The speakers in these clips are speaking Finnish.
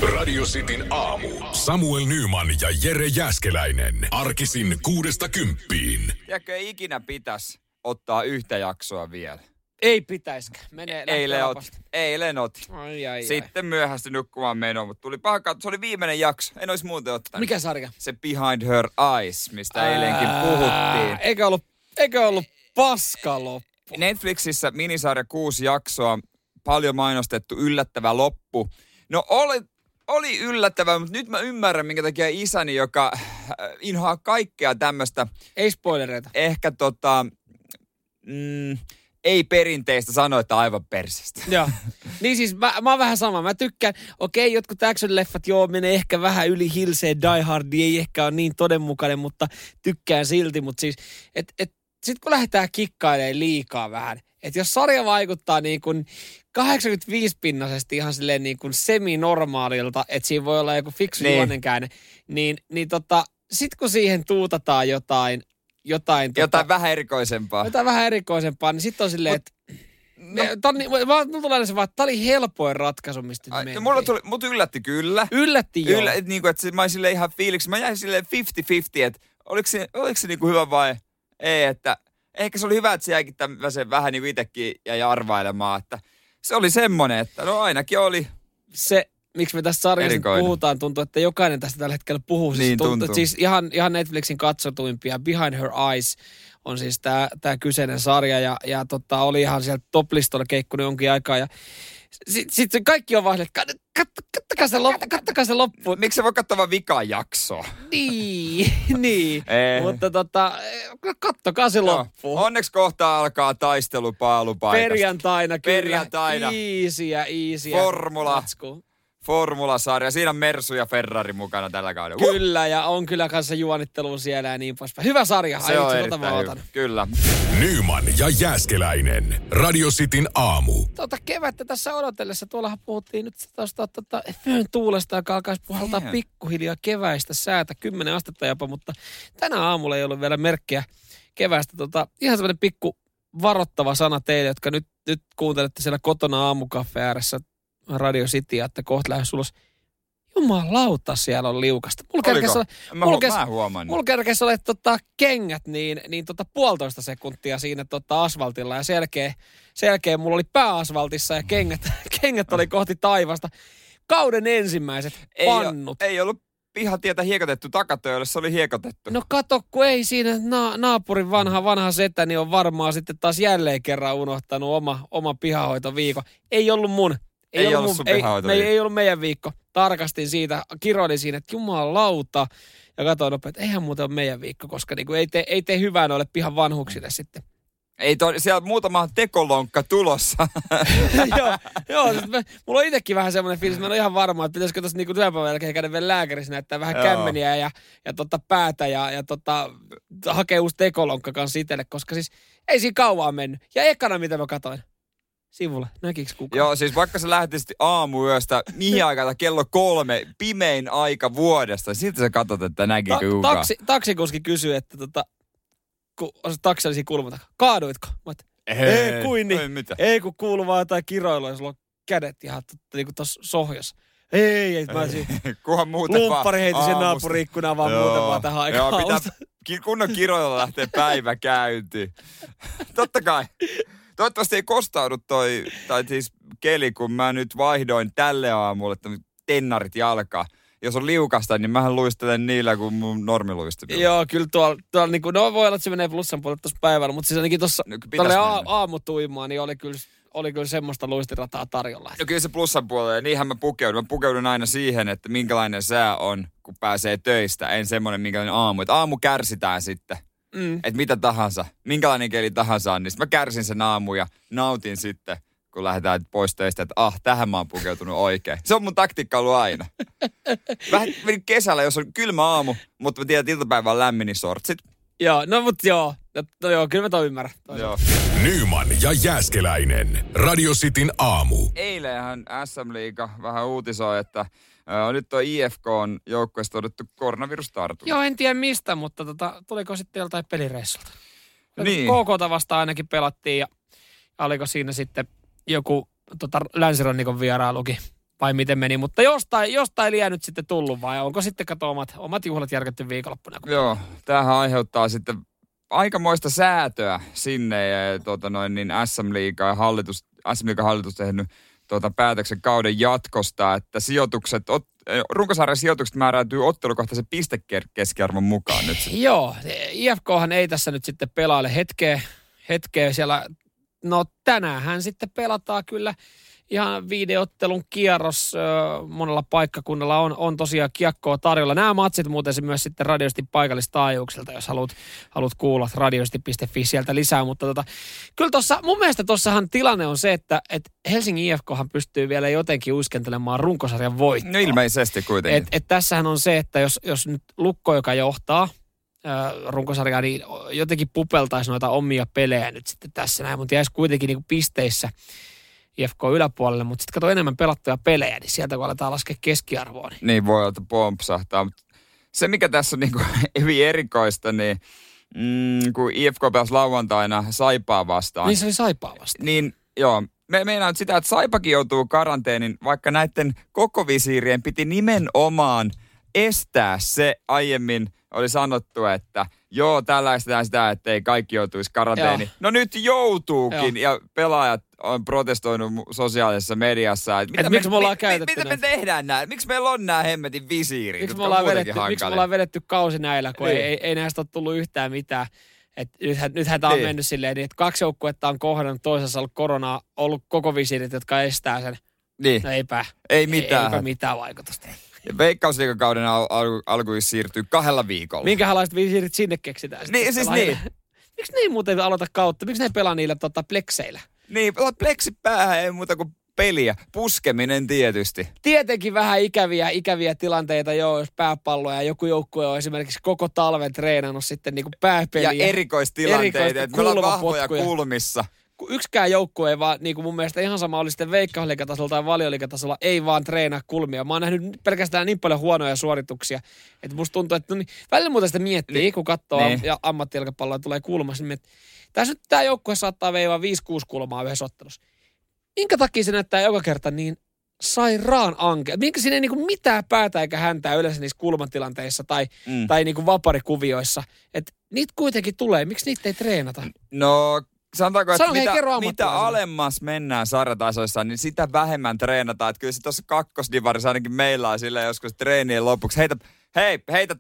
Radio Cityn aamu. Samuel Nyman ja Jere Jääskeläinen. Arkisin 6–10. Tiedätkö, ei ikinä pitäisi ottaa yhtä jaksoa vielä. Ei pitäisikään. Menee Eilen ot. Ai. Sitten myöhästy nukkumaan menoon, mutta tuli paha katsoa. Se oli viimeinen jakso. En olisi muuten ottanut. Mikä sarja? Se Behind Her Eyes, mistä eilenkin puhuttiin. Eikö ollut paskaloppu? Netflixissä minisarja 6 jaksoa. Paljon mainostettu, yllättävä loppu. No oli yllättävää, mutta nyt mä ymmärrän, minkä takia isäni, joka inhoaa kaikkea tämmöistä. Ei spoilereita. Ehkä ei perinteistä sanoa, että aivan persestä. Joo. Niin siis mä oon vähän sama. Mä tykkään, jotkut action-leffat menee ehkä vähän yli hilseen. Die Hard ei ehkä ole niin todenmukainen, mutta tykkään silti. Mutta siis, sit kun lähdetään kikkailemaan liikaa vähän, että jos sarja vaikuttaa niin kuin 85-pinnaisesti ihan silleen niin kuin semi-normaalilta, että siinä voi olla joku fiksu juonenkäänne, niin sit kun siihen tuutataan jotain vähän erikoisempaa. Jotain vähän erikoisempaa, niin sitten on silleen, että mulla tulee aina se vaan, että tää oli helpoin ratkaisu, mistä nyt mentiin. Mut yllätti kyllä. Yllätti joo. Niin kuin, että mä olin silleen ihan fiiliksi. Mä jäin silleen 50-50, että oliko se niin kuin hyvä vai ei, että ehkä se oli hyvä, että se jäikin tämmöisen vähän niin kuin itsekin jäi arvailemaan, että se oli semmoinen, että no ainakin oli. Se, miksi me tässä sarjassa puhutaan, tuntuu, että jokainen tästä tällä hetkellä puhuu. Siis niin tuntuu. Siis ihan Netflixin katsotuimpia. Behind Her Eyes on siis tää kyseinen sarja ja oli ihan sieltä top-listolla keikkunut jonkin aikaa ja sitten kaikki on vaan, että kattakaa se loppu. Miksi se voi katsoa vaan vikaan jaksoa? Niin. Mutta kattokaa se loppu. Onneksi kohta alkaa taistelu paalupaikasta. Perjantaina. Iisiä. Formulasarja. Siinä on Mersu ja Ferrari mukana tällä kaudella. Kyllä, ja on kyllä kanssa juonittelua siellä ja niin poispäin. Hyvä sarja. Se on erittäin hyvä. Kyllä. Nyman ja Jääskeläinen. Radio Cityn aamu. Kevättä tässä odotellessa. Tuollahan puhuttiin nyt tuosta föön tuulesta, joka alkaisi puhaltaa pikkuhiljaa keväistä säätä. 10 astetta jopa, mutta tänä aamulla ei ollut vielä merkkejä keväistä. Ihan semmoinen pikku varoittava sana teille, jotka nyt kuuntelette siellä kotona aamukaffe ääressä Radio Cityä, että kohta lähes ulos. Jumalauta, siellä on liukasta. Mulla kerkesi olet kengät niin 1,5 sekuntia siinä asfaltilla ja selkeä mulla oli pääasfaltissa ja kengät oli kohti taivasta. Kauden ensimmäiset pannut. Ei ollut pihatietä hiekotettu takatöölle, se oli hiekotettu. No kato, kun ei siinä naapurin vanha setäni on varmaan sitten taas jälleen kerran unohtanut oma pihahoitoviikon. Ei ollut mun. Ei ollut meidän viikko. Tarkastin siitä, kiroilin siinä, että jumalauta. Ja katsoin nopeasti, että eihän muuten ole meidän viikko, koska niinku ei tee hyvää noille pihan vanhuksille sitten. Siellä on muutama tekolonkka tulossa. Joo, mulla on itsekin vähän semmoinen fiilis, mä en ole ihan varma, että pitäisikö tässä niinku työpäivän jälkeen käydä vielä lääkärissä näyttää vähän kämmeniä ja päätä ja hakea uusi tekolonkka kanssa itselle, koska siis ei siinä kauan mennyt. Ja ekana, mitä mä katsoin. Sivulla. Näkiks kukaan? Joo, siis vaikka sä lähtisit aamuyöstä, mihin aikaan kello 3, pimein aika vuodesta, silti sä katsot, että näkikö kukaan. Taksikuski kysyy, että kun taksi oli siinä kulman takaa, kaaduitko? Mä ei kuin niin. Ei kun kuuluu vaan jotain kiroilua, ja sulla on kädet ihan niin kuin tossa sohjossa. Ei, mä kunhan muuten vaan. Lumppari heitin sen naapuriikkunaan vaan muuten vaan tähän aikaan. Joo, pitää kunnon kiroilla lähteä päivä käyntiin. Totta kai. Toivottavasti ei kostaudu tai siis keli, kun mä nyt vaihdoin tälle aamulle tennarit jalkaa. Jos on liukasta, niin mähän luistelen niillä kuin mun normiluistelu. Joo, kyllä tuolla niin kuin, voi olla, että se menee plussan puolelle tuossa päivällä, mutta siis ainakin tuossa aamutuimaa, niin oli kyllä semmoista luistirataa tarjolla. No kyllä se plussan puolelle, ja niinhän mä pukeudun. Mä pukeudun aina siihen, että minkälainen sää on, kun pääsee töistä. En semmoinen minkälainen aamu. Että aamu kärsitään sitten. Että mitä tahansa, minkälainen keli tahansa on, niin mä kärsin sen aamu ja nautin sitten, kun lähdetään pois töistä, että tähän mä oon pukeutunut oikein. Se on mun taktiikka ollut aina. Vähän kesällä, jos on kylmä aamu, mutta mä tiedän, että iltapäivä on lämmin, niin sortsit. Joo, no mut joo. No joo, kyllä mä toi ymmärrän. Joo. Nyman ja Jääskeläinen. Radio Cityn aamu. Eilenhän SM-liiga vähän uutisoi, että nyt on IFK on joukkueesta todettu koronavirustartunta. Joo, en tiedä mistä, mutta tuliko sitten joltain pelireissulta? Niin. KK:ta vastaan ainakin pelattiin ja oliko siinä sitten joku länsirannikon vierailukin vai miten meni. Mutta jostain liian nyt sitten tullut vai onko sitten omat juhlat järkätty viikonloppuna? Joo, tämähän aiheuttaa sitten aikamoista säätöä sinne ja SM-liigan hallitus tehnyt päätöksen kauden jatkosta, että runkosarjan sijoitukset määräytyy ottelukohtaisen pistekeskiarvon mukaan nyt. Joo, IFKhan ei tässä nyt sitten pelaile hetkeä siellä. No tänäänhän sitten pelataan kyllä ihan 5 ottelun kierros. Monella paikkakunnalla on tosiaan kiekkoa tarjolla. Nämä matsit muuten myös sitten radiosti paikallistaajuuksilta, jos haluat kuulla radiosti.fi sieltä lisää. Mutta kyllä mun mielestä tossahan tilanne on se, että Helsingin IFKhan pystyy vielä jotenkin uiskentelemaan runkosarjan voittoa. No ilmeisesti kuitenkin. Et tässähän on se, että jos nyt Lukko, joka johtaa runkosarjaa, niin jotenkin pupeltaisi noita omia pelejä nyt sitten tässä näin, mutta jäisi kuitenkin niin kuin pisteissä IFK yläpuolelle, mutta sitten kato enemmän pelattuja pelejä, niin sieltä kun aletaan laskea keskiarvoa. Niin voi olla, että pompsahtaa. Se, mikä tässä on niin kuin hyvin erikoista, niin kun IFK pääsi lauantaina Saipaa vastaan. Niin se oli Saipaa vastaan. Niin joo, me meinaan sitä, että Saipakin joutuu karanteenin, vaikka näiden koko visiirien piti nimenomaan estää se. Aiemmin oli sanottu, että joo, tällaista sitä, että ei kaikki joutuisi karanteeniin. No nyt joutuukin, ja pelaajat on protestoinut sosiaalisessa mediassa, että miksi me ollaan käytetty mitä me tehdään näin? Miksi meillä on nämä hemmetin visiirit? Miksi me ollaan vedetty kausi näillä, kun ei näistä ole tullut yhtään mitään. Nythän tämä on mennyt silleen, että 2 joukkuetta on kohdannut, toisessa ollut koronaa, ollut koko visiirit, jotka estää sen. Niin. No Eipä mitään vaikutusta. Ja Veikkausliigakauden alkuisi siirtyy 2 viikolla. Minkälaiset visiirit sinne keksitään? Niin, siis niin. Miksi ne ei muuten aloita kautta? Miksi ne pelaa niillä plekseillä? Niin, pleksi päähän ei muuta kuin peliä. Puskeminen tietysti. Tietenkin vähän ikäviä tilanteita, jos pääpalloja ja joku joukkue on esimerkiksi koko talven treenannut sitten niin kuin pääpeliä. Ja erikoistilanteita, että me ollaan vahvoja kulmissa. Yksikään joukkue ei vaan, niin kuin mun mielestä ihan sama oli sitten Veikkausliigatasolla tai Valioliigatasolla, ei vaan treenaa kulmia. Mä oon nähnyt pelkästään niin paljon huonoja suorituksia, että musta tuntuu, että välillä muuten sitä miettii, kun katsoo ja ammattijalkapalloa tulee kulmassa, niin tässä nyt tämä joukkue saattaa veivaa 5-6 kulmaa yhdessä ottelussa. Minkä takia se näyttää joka kerta niin sairaan ankea? Minkä siinä ei niin mitään päätä eikä häntää yleensä niissä kulmatilanteissa tai niin kuin vaparikuvioissa? Että niitä kuitenkin tulee. Miksi niitä ei treenata? No sanotaanko, että mitä alemmas mennään sarjatasoissa, niin sitä vähemmän treenataan. Että kyllä se tuossa kakkosdivarissa ainakin meillä on silleen joskus treenien lopuksi. Heitä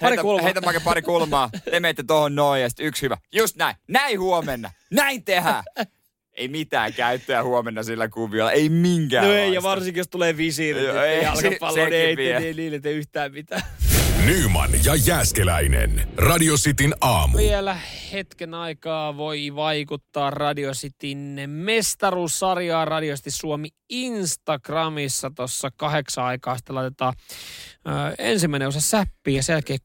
pari kulmaa. Te menette tohon noin ja sitten 1 hyvä. Just näin. Näin huomenna. Näin tehdään. Ei mitään käyttöä huomenna sillä kuviolla. Ei minkäänlaista. No ei, ja varsinkin jos tulee visiirit ja jalkapallo, niin ei niille tee yhtään mitään. Nyman ja Jääskeläinen. Radio Cityn aamu. Vielä hetken aikaa voi vaikuttaa Radio Cityn mestaruussarjaa Radio City Suomi Instagramissa. Tuossa 8 aikaa sitten laitetaan ensimmäinen osa säppiä ja sen jälkeen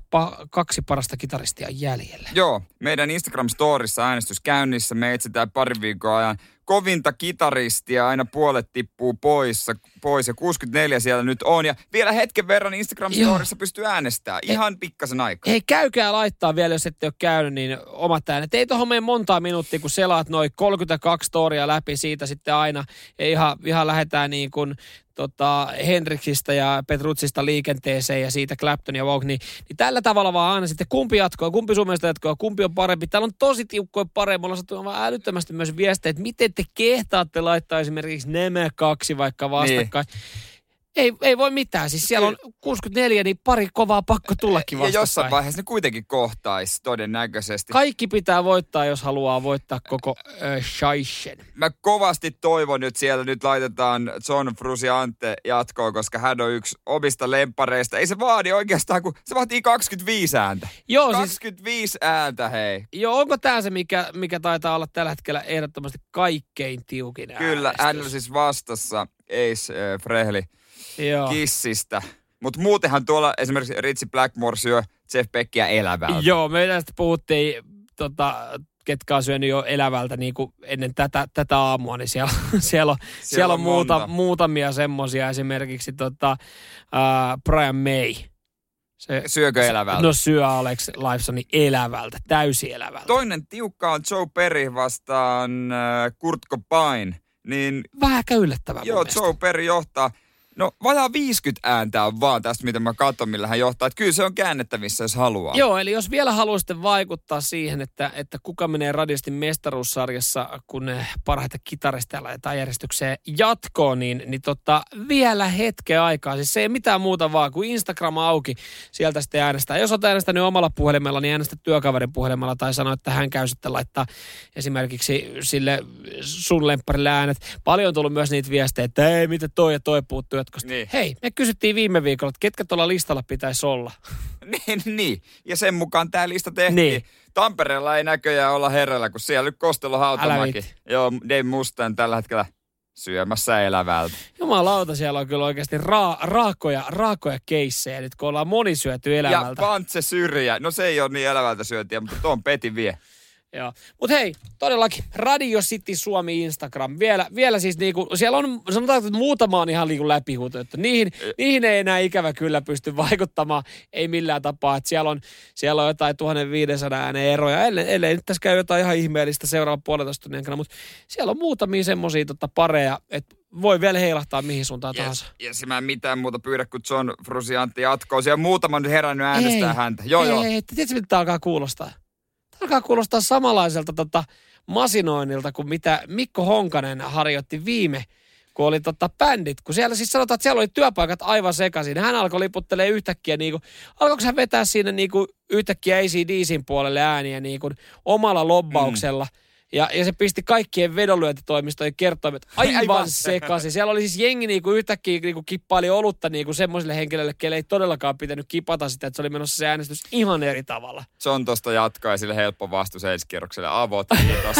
32 parasta kitaristia jäljellä. Joo, meidän Instagram-storissa äänestys käynnissä. Me etsitään 2 viikon ajan kovinta kitaristia, aina puolet tippuu pois ja 64 siellä nyt on. Ja vielä hetken verran Instagram-storissa pystyy äänestämään. Ihan pikkasen aikaa. Hei, käykää laittaa vielä, jos ette ole käynyt, niin omat äänet. Ei tohon mene montaa minuuttia, kun selaat noin 32 storia läpi siitä sitten aina. Ja ihan lähdetään niin kuin Henriksistä ja Petrutsista liikenteeseen ja siitä Clapton ja Vogue, niin tällä tavalla vaan aina sitten kumpi jatkoa, kumpi sun mielestä jatkoa, kumpi on parempi. Täällä on tosi tiukkoja parempi. Mulla on saatu vaan älyttömästi myös viestejä, että miten te kehtaatte laittaa esimerkiksi nämä 2 vaikka vastakkain. Niin. Ei voi mitään. Siis siellä on 64, niin pari kovaa pakko tullakin vastakkain. Ja jossain vaiheessa ne kuitenkin kohtaisi todennäköisesti. Kaikki pitää voittaa, jos haluaa voittaa koko Scheischen. Mä kovasti toivon, että siellä nyt laitetaan John Frusciante jatkoon, koska hän on yksi omista lempareista. Ei se vaadi oikeastaan, kun se vaatii 25 ääntä. Joo, 25 ääntä, hei. Joo, onko tämä se, mikä taitaa olla tällä hetkellä ehdottomasti kaikkein tiukin äänestys? Kyllä, hän on siis vastassa Ace Frehley. Joo. Kissistä. Mutta muutenhan tuolla esimerkiksi Ritchie Blackmore syö Jeff Beckia elävältä. Joo, me tästä puhuttiin, ketkä on syönyt jo elävältä niin kuin ennen tätä aamua, niin siellä on muutamia semmosia, esimerkiksi Brian May. Syökö elävältä? No syö Alex Lifesonin elävältä, täysin elävältä. Toinen tiukka on Joe Perry vastaan Kurt Cobain. Niin, vähän yllättävää. Joo, Joe Perry johtaa. No vajaa 50 ääntä on vaan tästä, mitä mä katson, millä hän johtaa. Että kyllä se on käännettävissä, jos haluaa. Joo, eli jos vielä haluaisitte vaikuttaa siihen, että kuka menee Radiostin mestaruussarjassa, kun parhaita kitaristeja laitetaan järjestykseen jatkoon, niin vielä hetken aikaa. Siis se ei mitään muuta vaan kuin Instagram auki, sieltä sitten äänestää. Jos olet äänestänyt omalla puhelimella, niin äänestä työkaverin puhelimella tai sano, että hän käy sitten laittaa esimerkiksi sille sun lempparille äänet. Paljon on tullut myös niitä viestejä, että ei, mitä toi ja toi puuttuu jatkosta. Niin. Hei, me kysyttiin viime viikolla, että ketkä tuolla listalla pitäisi olla. Niin, ja sen mukaan tämä lista tehtiin. Niin. Tampereella ei näköjään olla herralla, kun siellä nyt Kostelo Hautamäki. Joo, Dave Mustaine tällä hetkellä syömässä elävältä. Jumalauta, siellä on kyllä oikeasti raakoja keissejä nyt, kun ollaan moni syöty elävältä. Ja Pantse Syrjä, no se ei ole niin elävältä syötiä, mutta tuon Peti vie. Joo. Mutta hei, todellakin Radio City Suomi Instagram. Vielä siis niinku, siellä on, sanotaan, että muutama on ihan niinku läpihuutojuttu. Niihin ei enää ikävä kyllä pysty vaikuttamaan, ei millään tapaa. Että siellä on jotain 1500 äänen eroja, ellei nyt tässä käy jotain ihan ihmeellistä seuraavan 1,5 tunnin aikana. Mutta siellä on muutamia semmosia pareja, että voi vielä heilahtaa mihin suuntaan tahansa. Ja mä en mitään muuta pyydä, kun John Frusiantti jatkoo. Siellä muutama nyt herännyt äänestää häntä. Joo. Ei, tiedätkö mitä tämä alkaa kuulostaa? Alkaa kuulostaa samanlaiselta masinoinnilta kuin mitä Mikko Honkanen harjoitti viime, kun oli bändit. Kun siellä siis sanotaan, että siellä oli työpaikat aivan sekaisin. Hän alkoi liputtelemaan yhtäkkiä, alkoiko hän vetää siinä yhtäkkiä AC/DC:n puolelle ääniä omalla lobbauksella. Ja se pisti kaikkien vedonlyöntitoimistojen kertoimet aivan sekaisin. Siellä oli siis jengi yhtäkkiä kippaili olutta semmoisille henkilöille, kelle ei todellakaan pitänyt kipata sitä, että se oli menossa se äänestys ihan eri tavalla. John tosta jatkaa ja sille helppo vastus ensikierrokselle. Avot, kiitos.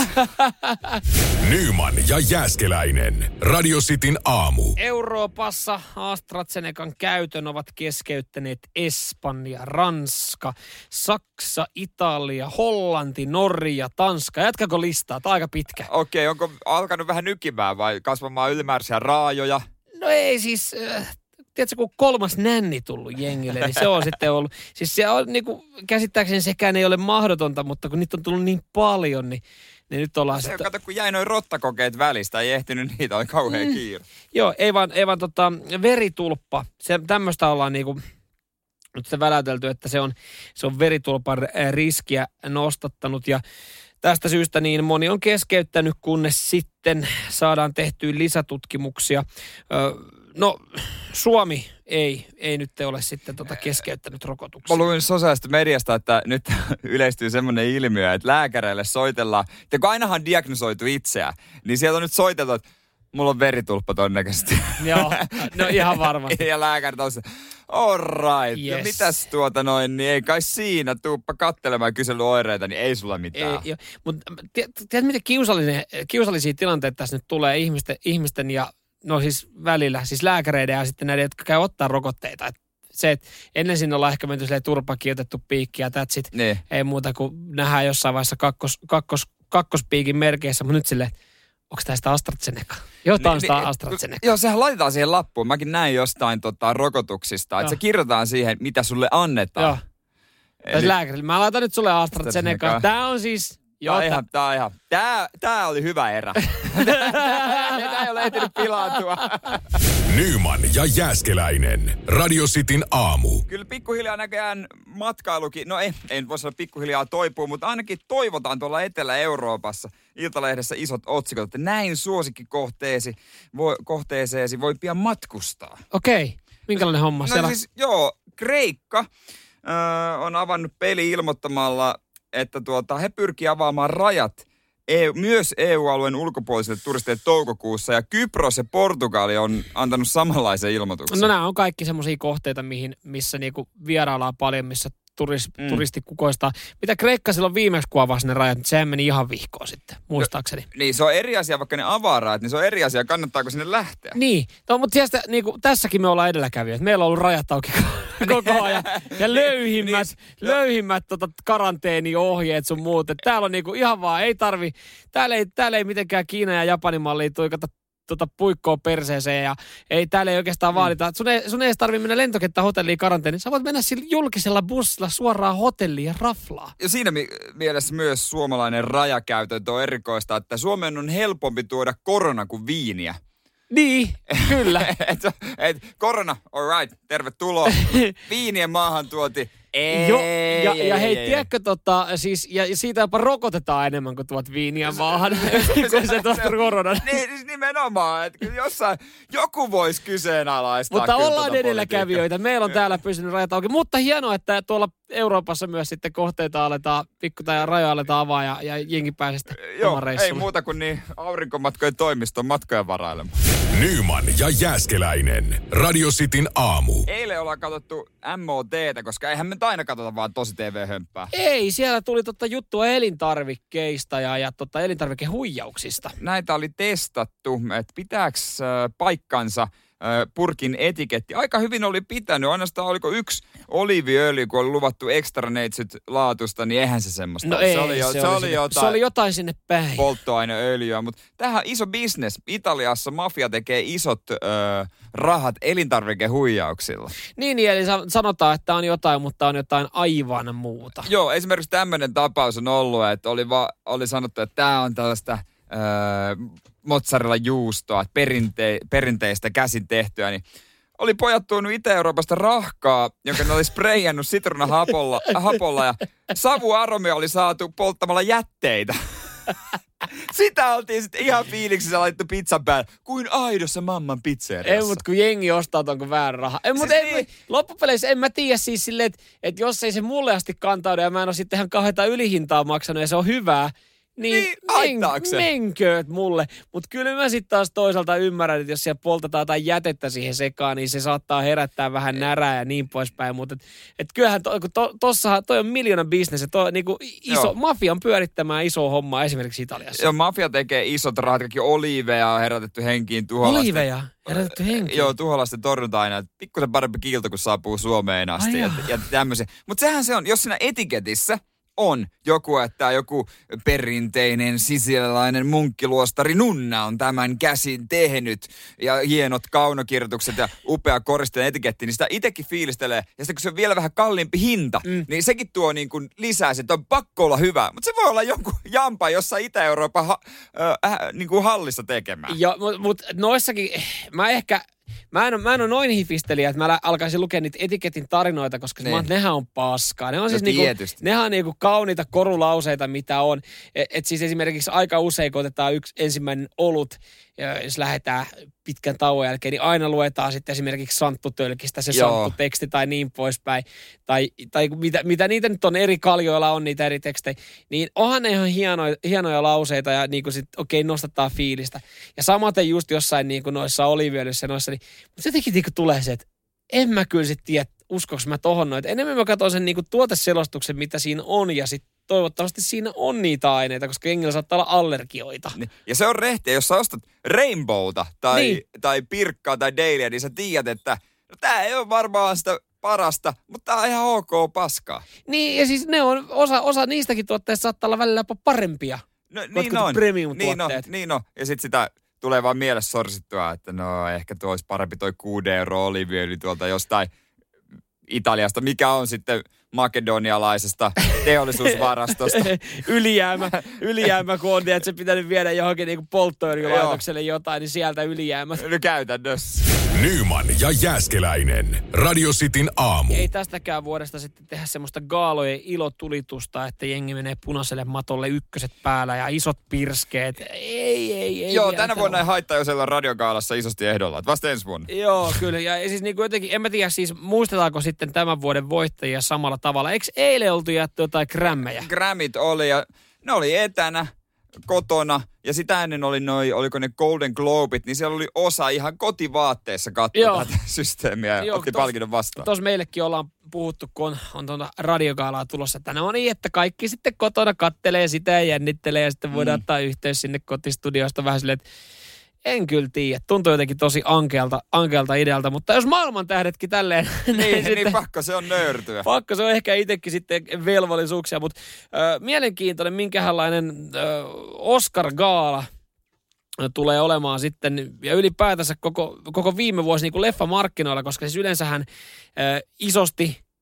Nyman ja Jääskeläinen. Radio Cityn aamu. Euroopassa AstraZenecan käytön ovat keskeyttäneet Espanja, Ranska, Saksa, Italia, Hollanti, Norja, Tanska. Jatkako listaa? Tämä on aika pitkä. Okei, onko alkanut vähän nykimään vai kasvamaan ylimääräisiä raajoja? No ei siis, tiedätkö kun 3. nänni tullut jengille, niin se on sitten ollut. Siis se on käsittääkseni sekään ei ole mahdotonta, mutta kun niitä on tullut niin paljon, niin nyt ollaan sitten. Kato, kun jäi noin rottakokeet välistä, ei ehtinyt niitä, oli kauhean kiire. Joo, ei vaan veritulppa. Tämmöistä ollaan nyt se välätelty, että se on veritulpan riskiä nostattanut ja tästä syystä niin moni on keskeyttänyt, kunnes sitten saadaan tehtyä lisätutkimuksia. No, Suomi ei nyt ole sitten keskeyttänyt rokotuksia. Mä luin sosiaalisesta mediasta, että nyt yleistyy semmoinen ilmiö, että lääkäreille soitellaan. Ja kun ainahan diagnosoitu itseään, niin sieltä on nyt soiteltu, että mulla on veritulppa todennäköisesti. Joo, no ihan varmasti. Ja lääkäri tosiaan, all right. Yes. Ja mitäs niin ei kai siinä, tuuppa katselemaan kyselyoireita, niin ei sulla mitään. Ei, mutta tiedätkö, miten kiusallisia tilanteita tässä nyt tulee ihmisten ja no siis välillä, siis lääkäreiden ja sitten näiden, jotka käy ottaa rokotteita. Et se, että ennen sinne ollaan ehkä menty silleen turpakin otettu piikki ja that's it. Niin. Ei muuta kuin nähdään jossain vaiheessa kakkospiikin merkeissä, mutta nyt silleen, onko tämä sitä AstraZeneca? Joo, tämä on sitä AstraZeneca. Joo, sehän laitetaan siihen lappuun. Mäkin näin jostain rokotuksista, että se kirjoitetaan siihen, mitä sulle annetaan. Joo. Eli lääkärille. Mä laitan nyt sulle AstraZeneca. Tämä on siis... Tää oli hyvä erä. Tää ei ole ehtinyt pilaantua. Nyman ja Jääskeläinen. Radio Cityn aamu. Kyllä pikkuhiljaa näköjään matkailukin, no ei voi sanoa pikkuhiljaa toipuu, mutta ainakin toivotaan tuolla Etelä-Euroopassa Iltalehdessä isot otsikot, että näin suosikkikohteeseesi voi pian matkustaa. Okei. Minkälainen homma siellä? No siis Kreikka on avannut peli ilmoittamalla, että he pyrkii avaamaan rajat myös EU-alueen ulkopuolisille turisteille toukokuussa, ja Kypros ja Portugali on antanut samanlaisen ilmoituksen. No nämä on kaikki semmoisia kohteita, missä vieraillaan paljon, missä turisti kukoistaa. Mitä Kreikka silloin viimeksi kun avasi ne rajat, sehän meni ihan vihkoon sitten, muistaakseni. Niin, se on eri asia, vaikka ne avaaraat, niin se on eri asia, kannattaako sinne lähteä. Niin, mutta sieltä, tässäkin me ollaan edelläkävijöitä. Meillä on ollut rajat auki koko ajan. Ja löyhimmät karanteeniohjeet sun muut. Että täällä on ihan vaan, ei tarvi, täällä ei mitenkään Kiina ja Japanin malliin tuikata puikkoa perseeseen ja täällä ei oikeastaan vaadita. Sun ei tarvitse mennä lentokenttä hotelliin karanteeniin. Sä voit mennä sillä julkisella bussilla suoraan hotelliin ja raflaa. Ja siinä mielessä myös suomalainen rajakäytäntö on erikoista, että Suomeen on helpompi tuoda korona kuin viiniä. Niin, kyllä. Korona, all right, tervetuloa. Viinien maahantuonti. Ja hei, tiedätkö, siis, ja siitä jopa rokotetaan enemmän kuin tuot viiniä maahan, kun se tuot koronan. Niin, siis nimenomaan, että jossain joku voisi kyseenalaistaa. Mutta ollaan edelläkävijöitä. Meillä on täällä pysynyt rajat auki. Mutta hienoa, että tuolla Euroopassa myös sitten kohteita aletaan, tai rajoja aletaan avaa ja jengi pääsee sitten oman reissulle. Ei muuta kuin niin aurinkomatkojen toimiston matkoja varailemaan. Nyman ja Jääskeläinen. Radio Cityn aamu. Eilen ollaan katsottu MOT:tä, koska eihän me aina katsota vaan tosi TV-hömppää. Ei, siellä tuli juttua elintarvikkeista ja elintarvikehuijauksista. Näitä oli testattu, että pitääks paikkansa purkin etiketti. Aika hyvin oli pitänyt. Ainoastaan oliko yksi oliiviöljy, kun oli luvattu extra neitsyt laatusta, niin eihän se semmoista. No ei, se oli jotain sinne päin. Polttoaineöljyä, mutta tämähän iso business. Italiassa mafia tekee isot rahat elintarvikehuijauksilla. Niin, eli sanotaan, että on jotain, mutta on jotain aivan muuta. Joo, esimerkiksi tämmöinen tapaus on ollut, että oli sanottu, että tämä on tällaista mozzarella juustoa, perinteistä käsin tehtyä, niin oli pojat tuonut Itä-Euroopasta rahkaa, jonka ne oli spreijannut sitruunahapolla ja savuaromia oli saatu polttamalla jätteitä. Sitä oltiin sitten ihan fiiliksissä laittu pizzan päälle, kuin aidossa mamman pizzeriassa. Ei, mutta kun jengi ostaa tonko väärä raha. Loppupeleissä en mä tiedä siis silleen, että jos ei se mulle asti kantaudu ja mä en ole sitten ihan kauheita ylihintaa maksanut ja se on hyvää, niin menkööt mulle. Mutta kyllä mä sitten taas toisaalta ymmärrän, että jos siellä poltetaan jotain jätettä siihen sekaan, niin se saattaa herättää vähän närää ja niin poispäin. Mutta et kyllähän tossahan toi on miljoonan bisnes. Toi niinku mafian pyörittämään iso homma esimerkiksi Italiassa. Joo, mafia tekee isot rahat, kaikki oliiveja on herätetty henkiin tuholaisten. Oliiveja? Herätetty henkiin? Joo, tuholaisten torjunta-aina. Pikkusen parempi kiilto, kun saapuu Suomeen asti ja tämmöisiä. Mutta sehän se on, jos siinä etiketissä on joku perinteinen sisilialainen munkkiluostari nunna on tämän käsin tehnyt ja hienot kaunokirjoitukset ja upea koristeen etiketti, niin sitä itsekin fiilistelee. Ja sitten kun se on vielä vähän kalliimpi hinta, niin sekin tuo niin kuin lisää, että on pakko olla hyvä. Mutta se voi olla joku jampa jossain Itä-Euroopan niin kuin hallissa tekemään. Joo, mutta noissakin Mä en ole noin hifistelijä, että mä alkaisin lukea niitä etiketin tarinoita, koska nehän on paskaa. Ne on siis nehän on niinku kauniita korulauseita, mitä on. Et siis esimerkiksi aika usein, kun otetaan ensimmäinen olut, jos lähdetään pitkän tauon jälkeen, niin aina luetaan sitten esimerkiksi Santtutölkistä se Santtu-teksti tai niin poispäin. Tai mitä niitä nyt on, eri kaljoilla on niitä eri tekstejä. Niin onhan ne ihan hienoja lauseita ja niin kuin sitten nostetaan fiilistä. Ja samaten just jossain niin kuin noissa oliiviöljyissä noissa, niin mutta jotenkin niin kuin tulee se, että en mä kyllä sitten tiedä, uskoks mä tohon noin. Enemmän mä katson sen niin kuin tuoteselostuksen, mitä siinä on ja sitten toivottavasti siinä on niitä aineita, koska jengillä saattaa olla allergioita. Ja se on rehtiä, jos sä ostat Rainbowta tai Pirkkaa tai Dailyä, niin sä tiedät, että tää ei ole varmaan sitä parasta, mutta tää on ihan ok paskaa. Niin, ja siis ne on, osa niistäkin tuotteista saattaa olla välillä jopa parempia. No, niin on. Premium-tuotteet. Niin on. Ja sit sitä tulee vaan mielessä sorsittua, että no ehkä tuo olisi parempi toi 6 € oliiviöljy tuolta jostain Italiasta, mikä on sitten makedonialaisesta teollisuusvarastosta. Ylijäämä, kun on, että se pitänyt viedä johonkin niin polttoöljylaitokselle jotain, niin sieltä ylijäämät. No käytännössä. Nyman ja Jääskeläinen. Radio Cityn aamu. Ei tästäkään vuodesta sitten tehdä semmoista gaalojen ilotulitusta, että jengi menee punaiselle matolle ykköset päällä ja isot pirskeet. Ei. Joo, tänä vuonna ei haittaa, jos siellä on radiogaalassa isosti ehdolla. Vasta ensi vuonna. Joo, kyllä. Ja siis niin kuin jotenkin, en mä tiedä siis, muistetaanko sitten tämän vuoden voittajia samalla tavalla. Eikö eilen oltu jätty jotain grämmejä? Grämmit oli ja ne oli etänä, kotona ja sitä ennen oli oliko ne Golden Globet, niin siellä oli osa ihan kotivaatteessa katsoa tätä systeemiä ja otti palkinnon vastaan. Tuossa meillekin ollaan puhuttu, kun on tuota radiogaalaa tulossa, että ne on niin, että kaikki sitten kotona kattelee sitä ja jännittelee ja sitten voidaan ottaa yhteys sinne kotistudiosta vähän silleen, että en kyllä tiedä. Tuntuu jotenkin tosi ankealta idealta, mutta jos maailman tähdetkin tälleen... niin pakko se on nöyrtyä. Pakko se on ehkä itsekin sitten velvollisuuksia, mutta mielenkiintoinen minkälainen Oscar-gaala tulee olemaan sitten, ja ylipäätänsä koko viime vuosi niin kuin leffamarkkinoilla, koska siis yleensähän isosti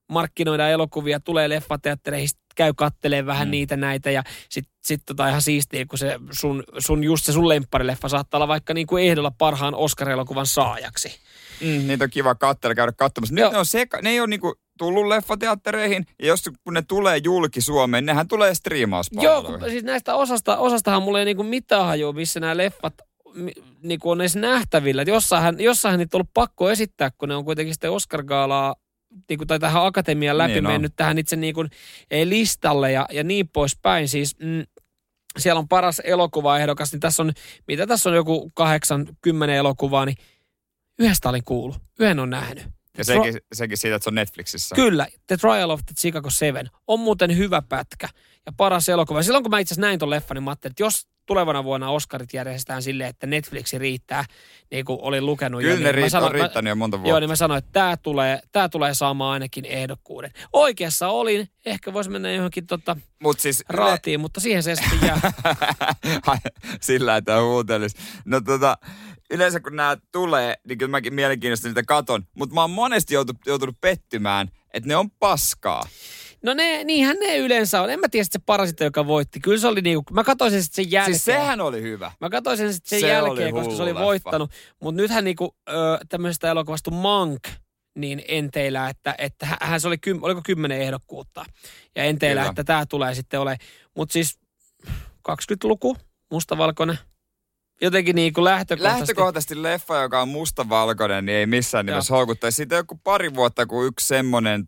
markkinoidaan elokuvia, tulee leffateattereihin, käy kattelee vähän niitä näitä ja sit ihan siistiä, kun se sun lempparileffa saattaa olla vaikka niin kuin ehdolla parhaan Oscar-elokuvan saajaksi. Niitä on kiva käydä katsomassa. Nyt ne ei ole niinku tullut leffateattereihin, ja kun ne tulee julki Suomeen, nehän tulee striimauspalveluihin. Joo, siis näistä osastahan mulla ei niinku mitään hajua, missä nämä leffat niinku on edes nähtävillä. Jossain niitä on ollut pakko esittää, kun ne on kuitenkin sitten Oscar-gaalaa niinku, tai tähän akatemian läpi mennyt tähän itse niinku, listalle ja niin poispäin. Siis siellä on paras elokuvaehdokas, niin tässä on joku 8-10 elokuvaa, niin yhdestä olin kuullut. Yhden on nähnyt. Ja sekin siitä, että se on Netflixissä. Kyllä. The Trial of the Chicago 7 on muuten hyvä pätkä ja paras elokuva. Silloin kun mä itse asiassa näin ton leffan, niin mä ajattelin, että jos tulevana vuonna Oscarit järjestetään silleen, että Netflixi riittää, niin kuin olin lukenut. Kyllä ne on riittänyt jo monta vuotta. Joo, niin mä sanoin, että tää tulee saamaan ainakin ehdokkuuden. Oikeassa olin. Ehkä voisi mennä johonkin raatiin, mutta siihen se sitten jää. Sillä, että huutelisi. No yleensä kun nämä tulee, niin kyllä mäkin mielenkiinnosta niitä katon. Mutta mä oon monesti joutunut pettymään, että ne on paskaa. No niinhän ne yleensä on. En mä tiedä, että se Parasite, joka voitti. Kyllä se oli niinku, mä katsoin sen sitten sen jälkeen. Siis sehän oli hyvä. Mä katsoin sen sitten sen jälkeen, koska se oli voittanut. Mutta nythän niinku tämmöisestä elokuvasta Monk, niin enteillä, että hän se oli, oliko 10 ehdokkuutta. Ja enteillä, että tää tulee sitten ole. Mutta siis 20-luku, mustavalkoinen. Jotenkin niin kuin lähtökohtaisesti leffa, joka on mustavalkoinen, niin ei missään nimessä houkuttaisi. Siitä on joku pari vuotta, kun yksi semmoinen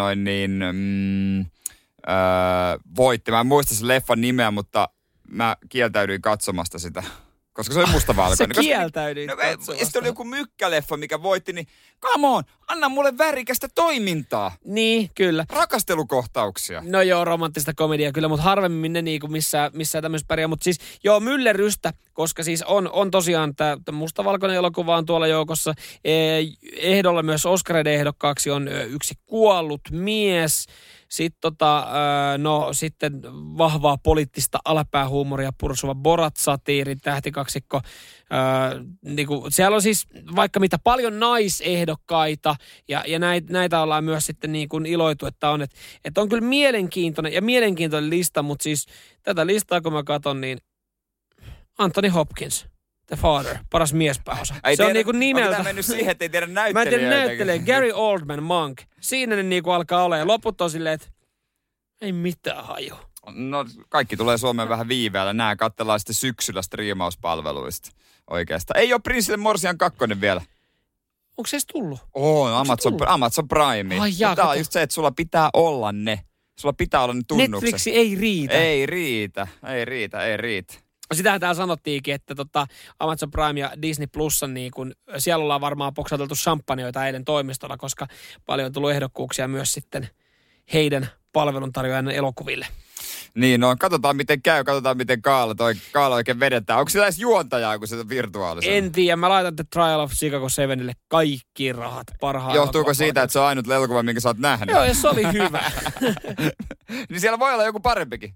voitti. Mä en muista sen leffan nimeä, mutta mä kieltäydyin katsomasta sitä. Koska se oli mustavalkoinen. Se kieltäydyin katsomasta. Ja sitten oli joku mykkäleffa, mikä voitti, niin come on, anna mulle värikästä toimintaa. Niin, kyllä. Rakastelukohtauksia. No joo, romanttista komediaa kyllä, mutta harvemmin ne niinku missään tämmöisessä pärjää. Mutta siis joo, myllerrystä, koska siis on tosiaan tämä mustavalkoinen elokuva on tuolla joukossa. Ehdolla myös Oscareiden ehdokkaaksi on Yksi kuollut mies. Sitten sitten vahvaa poliittista alapäähuumoria pursuva Borat-satiirin tähtikaksikko. Siellä on siis vaikka mitä paljon naisehdokkaita ja näitä ollaan myös sitten niin kuin iloitu, että on kyllä mielenkiintoinen lista, mutta siis tätä listaa kun mä katson, niin Anthony Hopkins, The Father, paras miespääosa. Se on niinku nimeltä. Onko tämä mennyt siihen, että ei tiedä näyttelijää? Mä en tiedä näyttelijää. Gary Oldman, Monk. Siinä ne niinku alkaa olla. Ja loput on silleen, että ei mitään haju. No kaikki tulee Suomeen vähän viiveellä. Nää katsellaan sitten syksyllä striimauspalveluista oikeastaan. Ei ole Prinsille Morsian 2 vielä. Onko se edes tullut? On, Amazon Prime. Tämä on just se, että sulla pitää olla ne. Sulla pitää olla ne tunnukset. Netflixi ei riitä. Ei riitä. Sitähän täällä sanottiinkin, että Amazon Prime ja Disney Plusan, niin kun, siellä ollaan varmaan poksateltu champagneita eilen toimistolla, koska paljon on tullut ehdokkuuksia myös sitten heidän palveluntarjoajan elokuville. Niin, no katsotaan miten käy, katsotaan miten Kaala oikein vedetään. Onko sillä edes juontajaa, kun se on virtuaalisena? En tiedä, mä laitan The Trial of Chicago 7:ille kaikki rahat parhaan. Johtuuko siitä, että se on ainut elokuva, minkä sä oot nähnyt? Joo, ja se oli hyvä. Niin siellä voi olla joku parempikin.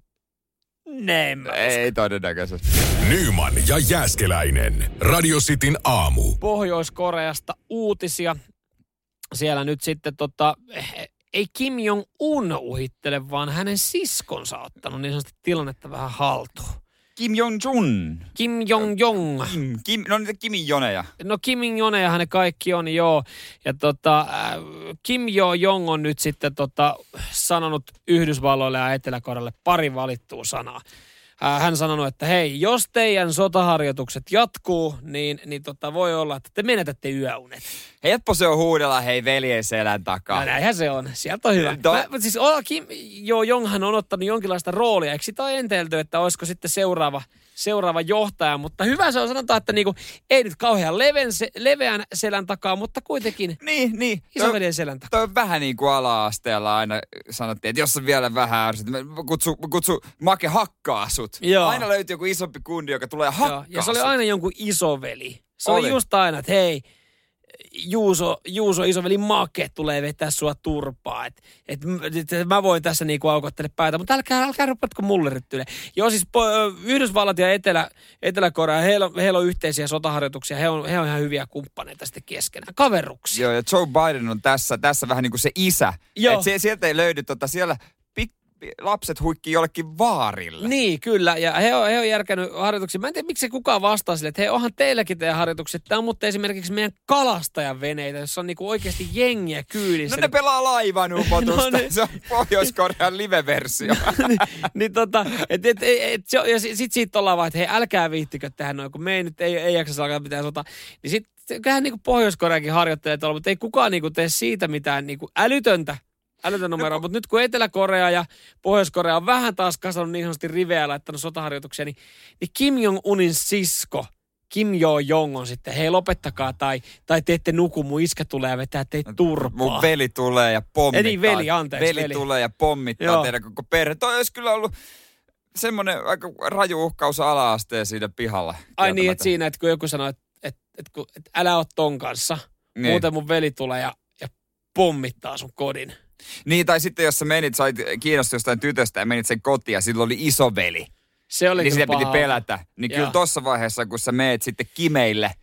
Ei todennäköisesti. Nyman ja Jääskeläinen. Radio Cityn aamu. Pohjois-Koreasta uutisia. Siellä nyt sitten ei Kim Jong-un uhittele, vaan hänen siskonsa ottanut niin sanotusti tilannetta vähän haltuun. Kim Jong-un. Kim Jong-jong. No niitä Kimin joneja. No Kimin jonejahan ne kaikki on, joo. Ja Kim Jong on nyt sitten sanonut Yhdysvalloille ja Etelä-Korealle pari valittua sanaa. Hän sanonut, että hei, jos teidän sotaharjoitukset jatkuu, niin voi olla, että te menetätte yöunet. Helppo se on huudella, hei veljen selän takaa. No näinhän se on. Sieltä on hyvä. Siis Kim Jong-han on ottanut jonkinlaista roolia. Eikö sitä ole enteilty, että olisiko sitten seuraava johtaja? Mutta hyvä se on sanotaan, että niinku, ei nyt kauhean leveän selän takaa, mutta kuitenkin niin. Isoveljen selän takaa. Toi on vähän niin kuin ala-asteella aina sanottiin, että jos on vielä vähän ärsyt, kutsu Make hakkaa sut. Joo. Aina löytyy joku isompi kundi, joka tulee hakkaa. Ja se oli aina jonkun isoveli. Se oli just aina, että hei, Juuso isoveli Make tulee vetää sua turpaa. Et mä voin tässä niinku aukottele päätä, mutta älkää rupatko mullerittyille. Joo, siis Yhdysvallat ja Etelä-Korea, heillä on yhteisiä sotaharjoituksia. He on ihan hyviä kumppaneita sitten keskenään. Kaveruksia. Joo, ja Joe Biden on tässä vähän niin kuin se isä. Että sieltä ei löydy siellä lapset huikkii jollekin vaarille. Niin, kyllä. Ja he on järkännyt harjoituksia. Mä en tiedä, miksi kukaan vastaa sille, että hei, onhan teilläkin teidän harjoitukset. Tämä on mutta esimerkiksi meidän kalastajan veneitä, jossa on niinku oikeasti jengiä kyydissä. No ne pelaa laivan upotusta. Se on Pohjois-Korean live-versio. Ja sit siitä ollaan vaan, että hei, älkää viittikö tehdä noin, kun me ei nyt ei jaksa alkaa mitään sota. Niin sit kyllähän niinku Pohjois-Koreakin harjoittelee tuolla, mutta ei kukaan niinku tee siitä mitään niinku älytöntä numeroa, mutta nyt kun Etelä-Korea ja Pohjois-Korea on vähän taas kasannut niin sanotusti riveä ja laittanut sotaharjoituksia, niin Kim Jong-unin sisko, Kim Jo-jong on sitten, hei lopettakaa tai te ette nuku, mun iskä tulee ja vetää teitä turpaa. Mun veli tulee ja pommittaa. Niin, veli tulee ja pommittaa teidän koko perhe. Toi olisi kyllä ollut semmoinen aika raju uhkaus ala-asteen siinä pihalla. Ai niin, että siinä, että kun joku sanoo, että älä ole ton kanssa, niin. Muuten mun veli tulee ja pommittaa sun kodin. Niin, tai sitten jos sä sait kiinnostua jostain tytöstä ja menit sen kotiin ja silloin oli isoveli. Se oli niin kyllä sitä piti pelätä. Niin kyllä tossa vaiheessa, kun sä meet sitten kimeille.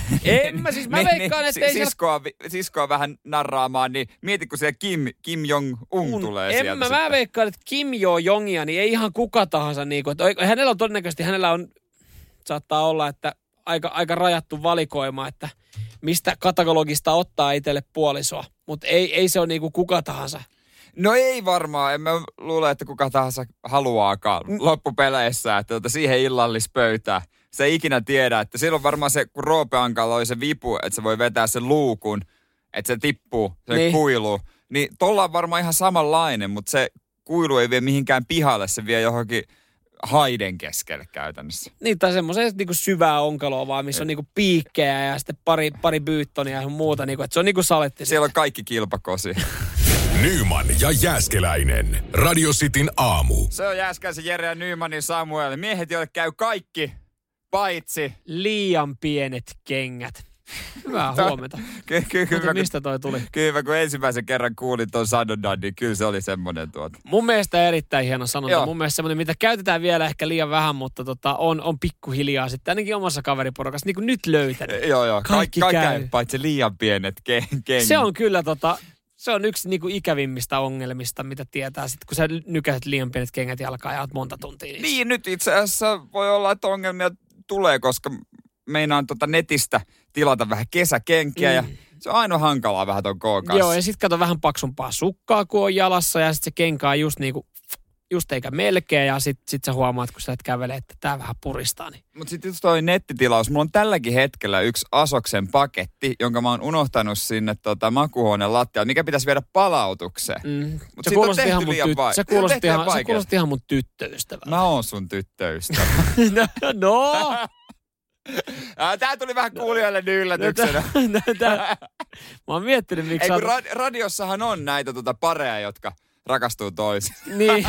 Mä veikkaan, että ei siskoa vähän narraamaan, niin mieti, kun siellä Kim Jong-un tulee sieltä. Mä veikkaan, että Kim Jo-jongia, niin ei ihan kuka tahansa. Niin kuin, että hänellä on saattaa olla, että aika rajattu valikoima, että mistä katalogista ottaa itselle puolisoa. Mutta ei se ole niinku kuka tahansa. No ei varmaan. En mä luule, että kuka tahansa haluaakaan loppupeleissä, että siihen illallispöytään. Se ei ikinä tiedä, että silloin varmaan se, kun Roope Ankalla oli se vipu, että se voi vetää sen luukun, että se tippuu, se kuilu. Niin tolla on varmaan ihan samanlainen, mutta se kuilu ei vie mihinkään pihalle, se vie johonkin haiden keskelle käytännössä. Niin, tai semmoisen niinku syvää onkaloa vaan, missä on niinku piikkejä ja sitten pari byyttonia ja muuta. Niinku, että se on niinku saletti. Siellä on kaikki kilpakosi. Nyman ja Jääskeläinen. Radio Cityn aamu. Se on Jääskeläisen Jere ja Nymanin Samuel. Miehet, joille käy kaikki, paitsi liian pienet kengät. Hyvää huomenta. Mistä toi tuli? Kyllä, kun ensimmäisen kerran kuulin ton sanonnan, niin kyllä se oli semmoinen Mun mielestä erittäin hieno sanonta. Joo. Mun mielestä semmoinen, mitä käytetään vielä ehkä liian vähän, mutta on pikkuhiljaa sitten ainakin omassa kaveriporukassa niin kuin nyt löytänyt. Joo. Kaikki käy, paitsi liian pienet kengät. Se on kyllä se on yksi niinku ikävimmistä ongelmista, mitä tietää sitten, kun sä nykäiset liian pienet kengät jalkaan ja oot monta tuntia. Niin, nyt itse asiassa voi olla, että ongelmia tulee, koska meinaan netistä tilata vähän kesäkenkiä ja se on aina hankalaa vähän ton koon kanssa. Joo, ja sit kato vähän paksumpaa sukkaa, kun on jalassa ja sit se kenkä on just eikä melkein ja sit sä huomaat, kun sä et kävele, että tää vähän puristaa. Niin. Mut sit just toi nettitilaus, mulla on tälläkin hetkellä yksi Asoksen paketti, jonka mä oon unohtanut sinne makuuhuoneen lattialle, mikä pitäisi viedä palautukseen. Mut se kuulosti ihan mun tyttöystävää. Mä oon sun tyttöystävä. No! Tää tuli vähän kuulijoille yllätyksenä. Mä oon miettinyt, miksi radiossahan on näitä pareja, jotka rakastuu toisiin. Niin,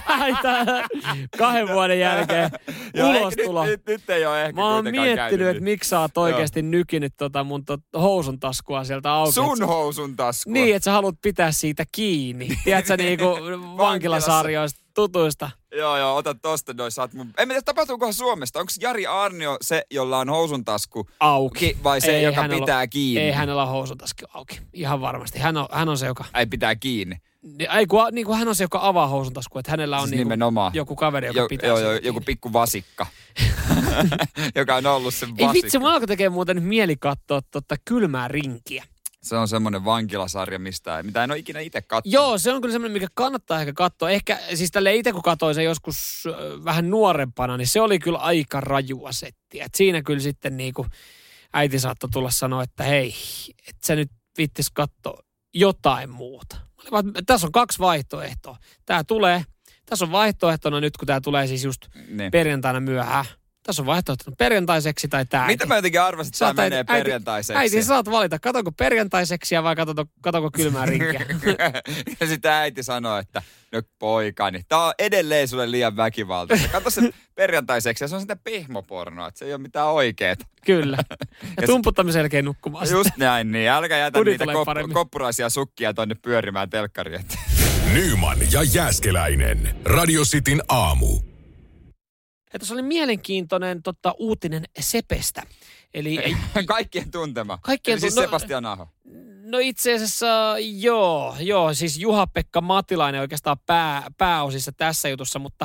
2 vuoden jälkeen ulostulo. Nyt ei ole ehkä mä oon miettinyt, että miksi sä oot oikeasti nykinyt mun housun taskua sieltä auki. Sun housun taskua? Niin, että sä haluat pitää siitä kiinni. Tiedätkö, niinku vankilasarjoista tutuista. Joo, ota tosta noin. En tiedä, tapahtuukohan Suomesta. Onko Jari Arnio se, jolla on housun tasku auki vai se, joka pitää kiinni? Ei hänellä ole housun tasku auki. Ihan varmasti. Hän on se, joka... Ei pitää kiinni. Niin kuin hän on se, joka avaa housun tasku. Että hänellä on siis joku kaveri, joka pitää joku pikku vasikka. joka on ollut se vasikka. Ei vitsi, mun alkoi tekee muuten nyt mieli katsoa kylmää rinkiä. Se on semmoinen vankilasarja, mitä en ole ikinä itse katsonut. Joo, se on kyllä semmoinen, mikä kannattaa ehkä katsoa. Ehkä, siis tälleen itse kun katsoin sen joskus vähän nuorempana, niin se oli kyllä aika rajua settiä. Et siinä kyllä sitten niinku äiti saattoi tulla sanoa, että hei, et sä nyt vittis katsoa jotain muuta. Tässä on 2 vaihtoehtoa. Tässä on vaihtoehtona nyt, kun tää tulee siis just perjantaina myöhään. tässä on vaihtoehto perjantaiseksi tai tää. Mitä mä jotenkin arvasin, että tämä menee perjantaiseksi? Äiti, saat valita, katonko perjantaiseksi vai katonko kylmää rinkiä. Ja sitten äiti sanoo, että no poikani, tää on edelleen sulle liian väkivaltaista. Kato se perjantaiseksi ja se on sitä pehmopornoa, että se ei ole mitään oikeeta. Kyllä. Ja tumputtamisen jälkeen nukkumaan. Just näin, niin älkää jätä niitä koppuraisia sukkia tonne pyörimään telkkariin. Nyman ja Jääskeläinen. Radio Cityn aamu. Ja tuossa oli mielenkiintoinen uutinen Sepestä. Eli Kaikkien tuntema. Siis no, Sebastian Aho. No itse asiassa joo, siis Juha-Pekka Matilainen oikeastaan pääosissa tässä jutussa, mutta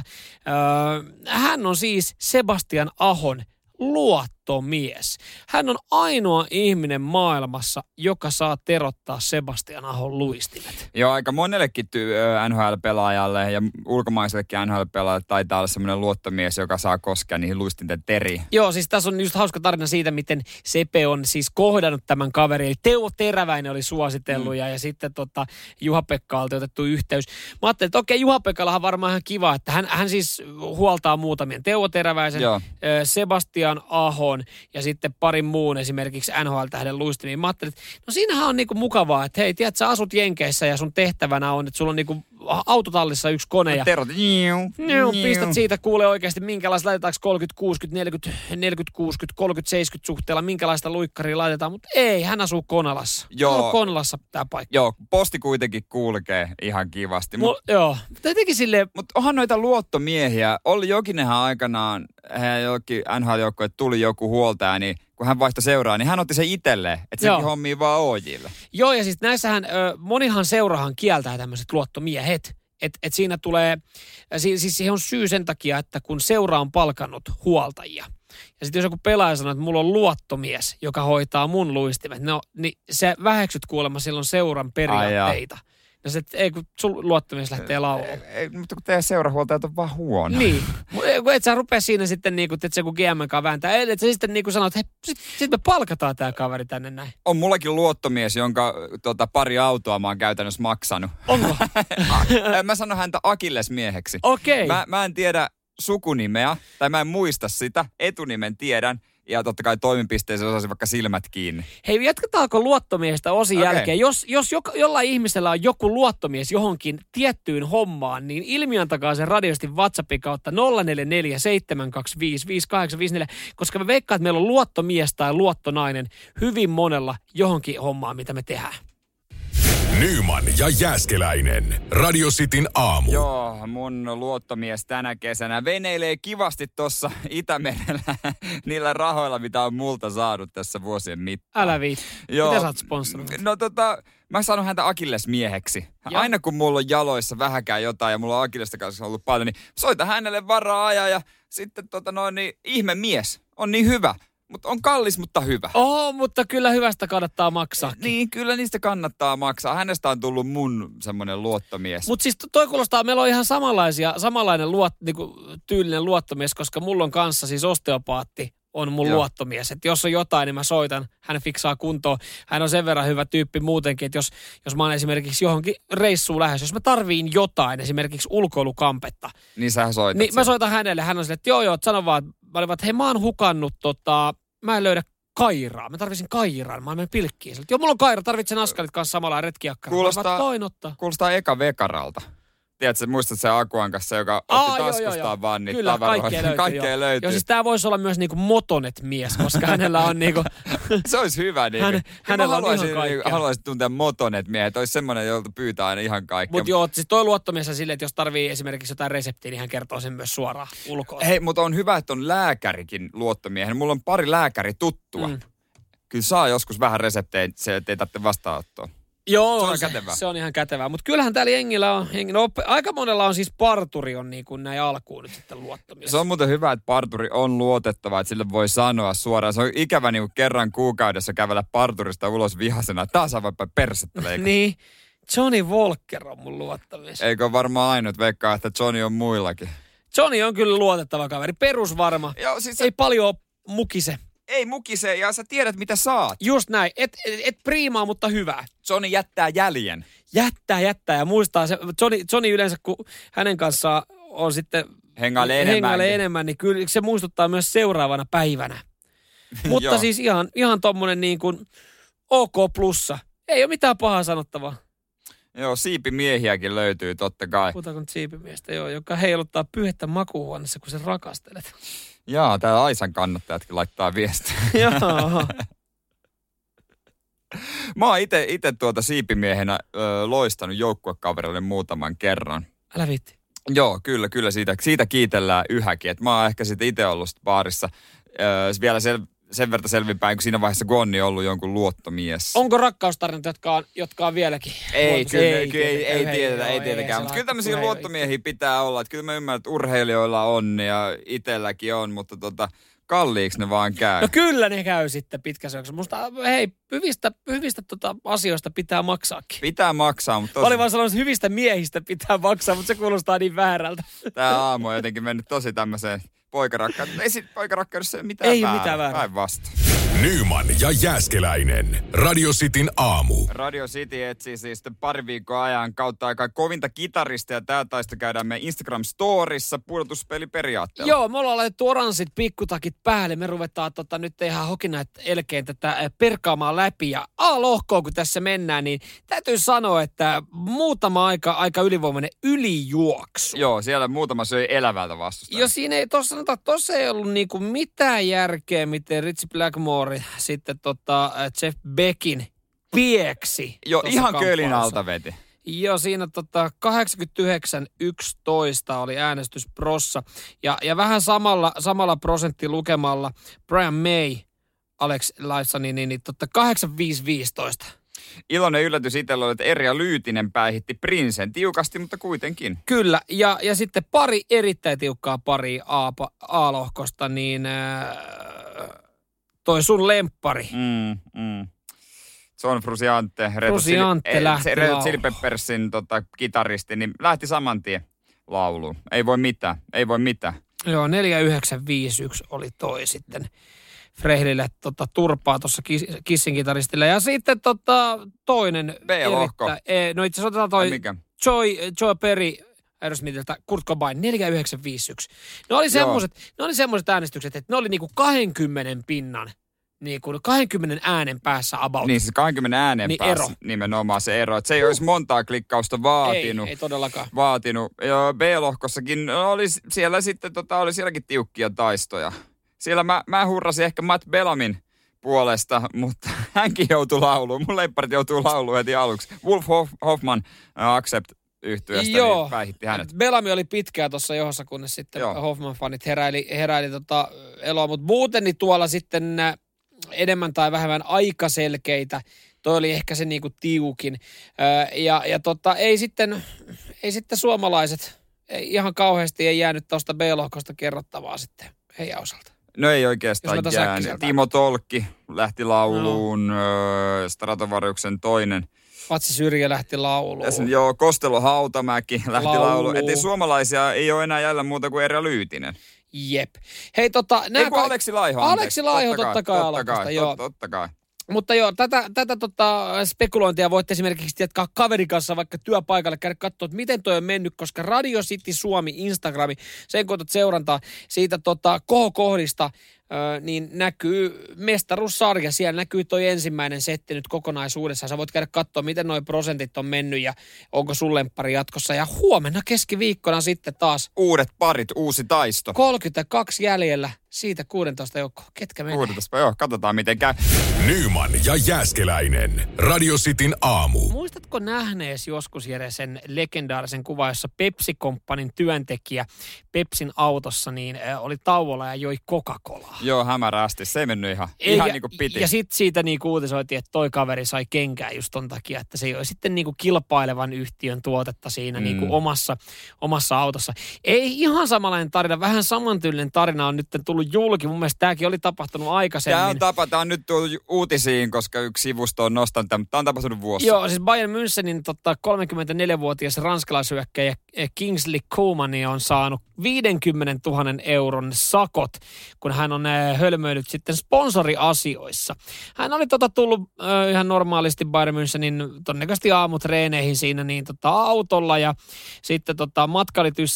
hän on siis Sebastian Ahon luottomies. Hän on ainoa ihminen maailmassa, joka saa terottaa Sebastian Ahon luistimet. Joo, aika monellekin NHL-pelaajalle ja ulkomaisellekin NHL-pelaajalle taitaa olla semmoinen luottomies, joka saa koskea niihin luistinten teriin. Joo, siis tässä on just hauska tarina siitä, miten Sepe on siis kohdannut tämän kaverin. Eli Teuvo Teräväinen oli suositellut ja sitten Juha-Pekka otettu yhteys. Mä ajattelin, että okei, Juha-Pekallahan varmaan ihan kiva, että hän siis huoltaa muutamien Teuvo Teräväisen, Sebastian Ahon ja sitten parin muun esimerkiksi NHL-tähden luistimiin. Mä ajattelin, että no siinähän on niinku mukavaa, että hei, tiedät, sä asut Jenkeissä ja sun tehtävänä on, että sulla on niinku autotallissa yksi kone ja pistät siitä kuule oikeasti minkälaista, laitetaanko 30, 60, 40, 40, 60, 30, 70 suhteella, minkälaista luikkaria laitetaan, mutta ei, hän asuu Konalassa. Joo. Konalassa tämä paikka. Joo, posti kuitenkin kulkee ihan kivasti. Joo, mutta jotenkin silleen. Mutta onhan noita luottomiehiä. Olli Jokinenhan aikanaan, jokin NHL-joukkue tuli joku huoltaja, niin kun hän vaihtoi seuraa, niin hän otti sen itselleen, että sekin hommii vaan OJille. Joo, ja siis näissähän, monihan seurahan kieltää tämmöiset luottomiehet. Että siinä tulee, siis siihen on syy sen takia, että kun seura on palkannut huoltajia. Ja sitten jos joku pelaaja sanoo, että mulla on luottomies, joka hoitaa mun luistimet, no niin se väheksyt kuulemma silloin seuran periaatteita. No se, ei kun sun luottomies lähtee lauloon. Mutta kun teidän seurahuoltajat on vaan huono. Niin. Et sä rupea siinä sitten niinku, että se kun GM-kaan vääntää. Et sä sitten niinku sanoo, että hei, sit me palkataan tää kaveri tänne näin. On mullakin luottomies, jonka pari autoa mä oon käytännössä maksanut. Onko? Mä sanon häntä Akilles-mieheksi. Okei. Mä en tiedä sukunimeä, tai mä en muista sitä. Etunimen tiedän. Ja totta kai toimipisteeseen osasi vaikka silmät kiinni. Hei, jatketaanko luottomiestä osin jälkeen? Jos jollain ihmisellä on joku luottomies johonkin tiettyyn hommaan, niin ilmiantakaa sen radiosti WhatsAppin kautta 0447255854, koska me veikkaan, että meillä on luottomies tai luottonainen hyvin monella johonkin hommaan, mitä me tehdään. Nyman ja Jääskeläinen. Radio Cityn aamu. Joo, mun luottomies tänä kesänä veneilee kivasti tuossa Itämerellä niillä rahoilla, mitä on multa saanut tässä vuosien mittaan. Älä viit. Mitä sä oot sponssannut? No mä sanon häntä Akilles-mieheksi. Aina kun mulla on jaloissa vähäkään jotain ja mulla on Akillesta kanssa ollut paljon, niin soita hänelle varaa ajaa ja sitten niin ihme mies. On niin hyvä. Mutta on kallis, mutta hyvä. Mutta kyllä hyvästä kannattaa maksaa. Niin, kyllä niistä kannattaa maksaa. Hänestä on tullut mun semmoinen luottomies. Mutta siis toi kuulostaa, meillä on ihan samanlainen tyylinen luottomies, koska mulla on kanssa siis osteopaatti on mun luottomies. Että jos on jotain, niin mä soitan, hän fiksaa kuntoon. Hän on sen verran hyvä tyyppi muutenkin, että jos mä oon esimerkiksi johonkin reissuun lähes, jos mä tarviin jotain, esimerkiksi ulkoilukampetta. Niin sä soitat niin mä soitan hänelle, hän on silleen, että joo, sano vaan, mä olin vaan, että hei mä oon hukannut mä en löydä kairaa. Mä tarvitsin kairaan. Mä menen pilkkiin. Joo, mulla on kaira. Tarvitsen askalit kanssa samalla retkiakkaraa. Kuulostaa eka vekaralta. Tiedätkö, muistat se Akuan kanssa, joka otti taskustaan vaan niitä tavaroita. Kaikkea löytyy. Joo, siis tää voisi olla myös niinku Motonet-mies, koska hänellä on niinku... Se olisi hyvä niinku. Hänellä on ihan kaikkea. Haluaisin tuntea Motonet-miehet. Olisi semmoinen, jolta pyytää aina ihan kaikkea. Mutta joo, siis toi luottomies on silleen, että jos tarvii esimerkiksi jotain reseptiä, niin hän kertoo sen myös suoraan ulkoa. Hei, mutta on hyvä, että on lääkärikin luottomiehen. Mulla on pari lääkärituttua. Kyllä saa joskus vähän reseptejä, se ei tarvitse vastaanottoa. Joo, se on ihan kätevää. Mutta kyllähän täällä jengillä on, aika monella on siis parturi on niin kuin näin alkuun nyt sitten luottomies. Se on muuten hyvä, että parturi on luotettava, että sille voi sanoa suoraan. Se on ikävä niin kuin kerran kuukaudessa kävellä parturista ulos vihasena. Taas on vaikka persettä leikata. Niin, Johnny Walker on mun luottamies. Eikö varmaan ainut, veikkaa, että Johnny on muillakin. Johnny on kyllä luotettava kaveri, perusvarma. Joo, siis ei paljon mukise. Ei mukise ja sä tiedät mitä saat. Just näin. Et priimaa, mutta hyvää. Johnny jättää jäljen. Jättää ja muistaa se. Johnny yleensä, kun hänen kanssaan on sitten hengailee enemmän, niin kyllä se muistuttaa myös seuraavana päivänä. Mutta siis ihan tommonen niin kuin OK plussa. Ei ole mitään pahaa sanottavaa. Joo, siipimiehiäkin löytyy totta kai. Puhutaanko nyt siipimiestä, joka heiluttaa pyhettä makuuhuoneessa, kun sä rakastelet. Jaa, täällä Aisan kannattajatkin laittaa viestiä. Joo. Mä oon ite siipimiehenä loistanut joukkuekaverille muutaman kerran. Älä viitti. Joo, kyllä siitä kiitellään yhäkin. Et mä oon ehkä sitten itse ollut baarissa vielä sen verran selvinpäin, kun siinä vaiheessa kun on, niin ollut jonkun luottomies. Onko rakkaustarinat, jotka on vieläkin? Ei tietenkään. Mutta kyllä tämmöisiä luottomiehiä pitää olla. Että kyllä mä ymmärrän, että urheilijoilla on ja itselläkin on, mutta kalliiksi ne vaan käy. No kyllä ne käy sitten pitkässä. Musta hyvistä asioista pitää maksaakin. Pitää maksaa, mutta Mä olin vaan sanonut, että hyvistä miehistä pitää maksaa, mutta se kuulostaa niin väärältä. Tää aamu on jotenkin mennyt tosi tämmöiseen poikarakkaudessa. Ei poikarakkaudessa mitään väärää. Päinvastoin. Nyman ja Jääskeläinen. Radio Cityn aamu. Radio City etsii siis pari viikkoa ajan kautta aikaa kovinta kitaristia. Tää taista käydään meidän Instagram-storissa pudotuspeliperiaatteella. Joo, me ollaan laitettu oranssit pikkutakit päälle. Me ruvetaan nyt ihan hokina elkeen tätä perkaamaan läpi. Ja A-lohkoon, kun tässä mennään, niin täytyy sanoa, että muutama aika ylivoimainen ylijuoksu. Joo, siellä muutama söi elävältä vastustaa. Joo, siinä ei tossa ei ollut niinku mitään järkeä, miten Ritchie Blackmore sitten Jeff Beckin pieksi. Joo, ihan köylin alta veti. Joo, siinä 89-11 oli äänestysprossa. Ja vähän samalla prosenttilukemalla Brian May, Alex Lifesoni, niin 85-15. Iloinen yllätys itsellä oli, että Erja Lyytinen päihitti Princen tiukasti, mutta kuitenkin. Kyllä, ja sitten pari erittäin tiukkaa pari A-lohkosta, niin toi sun lemppari. John Frusciante, Red Chili Peppersin kitaristi, niin lähti saman tien lauluun. Ei voi mitään. Joo, 4951 oli toi sitten Frehlille turpaa tuossa Kissin kitaristilla. Ja sitten toinen. B-lohko. No itse asiassa otetaan toi Joy Perry Aerosmithiltä Kurt Cobain 4951. Ne oli semmoiset äänestykset, että ne oli niinku 20 pinnan. Niin kuin 20 äänen päässä about. Niin siis 20 äänen niin päässä ero. Nimenomaan se ero. Että se ei olisi montaa klikkausta vaatinut. Ei todellakaan. Ja B-lohkossakin oli siellä sitten oli sielläkin tiukkia taistoja. Siellä mä hurrasin ehkä Matt Bellamin puolesta, mutta hänkin joutui lauluun. Mun leipparit joutuu lauluun heti aluksi. Wolf Hoffman Accept -yhtyeestä niin päihitti hänet. Bellamy oli pitkään tuossa johossa, kunnes sitten Hoffman-fanit heräili eloa. Mutta muuten niin tuolla sitten enemmän tai vähemmän aika selkeitä. Toi oli ehkä se niinku tiukin. Ei sitten suomalaiset ihan kauheasti ei jäänyt tuosta B-lohkosta kerrottavaa sitten heidän osalta. No ei oikeastaan jäänyt. Timo Tolkki lähti lauluun, Stratovariuksen toinen. Patsi Syrjä lähti lauluun. Joo, Kostelo Hautamäki lähti lauluun. Että suomalaisia ei ole enää jäljellä muuta kuin Erja Lyytinen. Jep. Hei Aleksi Laiho. Aleksi Laiho totta kai. Mutta joo, tätä spekulointia voitte esimerkiksi jatkaa kaverin kanssa vaikka työpaikalle, käydä katsoa, että miten toi on mennyt, koska Radio City Suomi Instagrami, sen kun otat seurantaa siitä kohokohdista, niin näkyy mestaruussarja. Siellä näkyy toi ensimmäinen setti nyt kokonaisuudessaan. Sä voit käydä katsoa, miten noi prosentit on mennyt ja onko sun lemppari jatkossa. Ja huomenna keskiviikkona sitten taas uudet parit, uusi taisto. 32 jäljellä siitä 16 joukkoa. Ketkä menee? 16, joo, katsotaan miten käy. Nyman ja Jääskeläinen. Radio Cityn aamu. Muistatko nähnees joskus, Jere, sen legendaarisen kuvan, jossa Pepsi-komppanin työntekijä Pepsin autossa niin oli tauolla ja joi Coca-Colaa? Joo, hämärästi. Se ei mennyt ihan niin kuin piti. Ja sitten siitä niin uutisoitiin, että toi kaveri sai kenkää just ton takia, että se joi sitten niin kuin kilpailevan yhtiön tuotetta siinä niin kuin omassa autossa. Ei ihan samanlainen tarina, vähän samantyylinen tarina on nyt tullut julki. Mun mielestä tämäkin oli tapahtunut aikaisemmin. Tämä on nyt tullut uutisiin, koska yksi sivusto on nostanut tämän, mutta tämä on tapahtunut vuosi. Joo, siis Bayern Münchenin 34-vuotias ranskalaisyökkäjä Kingsley Coman on saanut 50 000 euron sakot, kun hän on hölmöillyt sitten sponsoriasioissa. Hän oli tullut ihan normaalisti Bayern Münchenin todennäköisesti aamutreeneihin siinä niin autolla ja sitten matka oli tyssännyt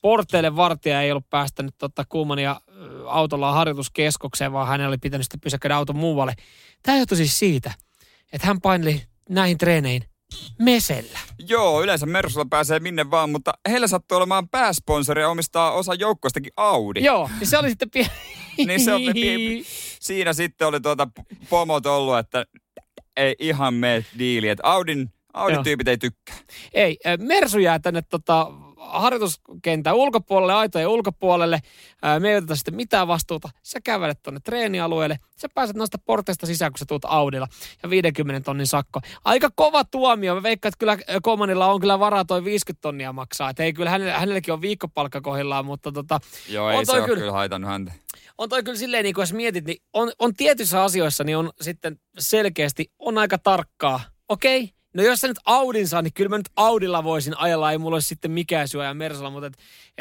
porteille vartija ei ollut päästänyt Koemania autolla harjoituskeskukseen, vaan hänellä oli pitänyt sitten pysäköidä auton muualle. Tämä johtui siis siitä, että hän paineli näihin treeneihin mesellä. Joo, yleensä Mersulla pääsee minne vaan, mutta heillä sattuu olemaan pääsponsori ja omistaa osa joukkoistakin Audi. Joo, niin se oli sitten niin se on siinä sitten oli pomot ollut, että ei ihan mene diili, että Audi-tyypit ei tykkää. Ei, Mersu jää tänne harjoituskentän ulkopuolelle, aitojen ulkopuolelle. Me ei oteta sitten mitään vastuuta. Sä kävelet tuonne treenialueelle. Sä pääset noista porteista sisään, kun sä tuut Audilla. Ja 50 tonnin sakko. Aika kova tuomio. Mä veikkaan, että kyllä Koemanilla on kyllä varaa toi 50 tonnia maksaa. Että ei, kyllä hänellekin on viikkopalkka kohdillaan, mutta Joo, ei se ole kyllä haitannut häntä. On toi kyllä silleen, niin kuin jos mietit, niin on tietyissä asioissa, niin on sitten selkeästi, on aika tarkkaa. Okei. No jos sä nyt Audin saa, niin kyllä mä nyt Audilla voisin ajella. Ei mulla olisi sitten mikään syy ajaa Mersalla, mutta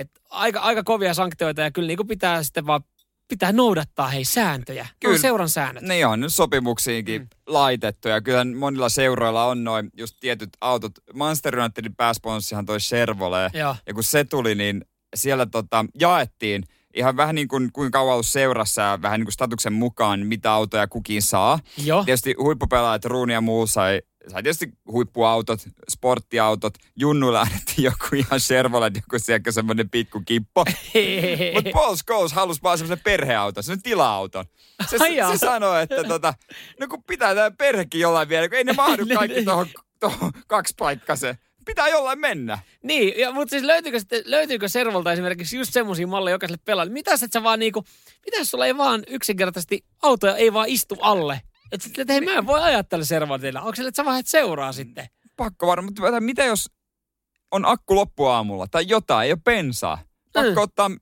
aika kovia sanktioita ja kyllä niin kuin pitää sitten vaan noudattaa sääntöjä. Kyllä. On seuran säännöt. Niin on nyt sopimuksiinkin laitettu ja kyllä monilla seuroilla on noin just tietyt autot. Manchester Unitedin pääsponssihan toi Chevrolet. Ja kun se tuli, niin siellä jaettiin ihan vähän niin kuin kuinka kauan ollut seurassa ja vähän niin kuin statuksen mukaan, mitä autoja kukin saa. Joo. Tietysti huippupelaajat, Rooney ja muu sai tietysti huippuautot, sporttiautot. Junnuilla annettiin joku ihan Chevrolet, joku sieltä semmoinen pikku kippo. Mutta Paul Scholes halusi vaan semmoisen perheauton, semmoinen tila-auton. Se sanoi, että no kun pitää tämä perhekin jollain vielä, kun ei ne mahdu kaikki tuohon kaksipaikkaiseen. Pitää jollain mennä. Niin, mutta siis löytyykö Servolta esimerkiksi just semmoisia malleja jokaiselle pelaajalle? Mitäs et sä vaan mitäs sulla ei vaan yksinkertaisesti autoja ei vaan istu alle? Että hei, mä en voi ajaa tällä Servoltilla. Onko sille, että sä vaan seuraa sitten? Pakko varmaan, mutta mitä jos on akku loppu aamulla tai jotain, ei ole bensaa? Pakko ottaa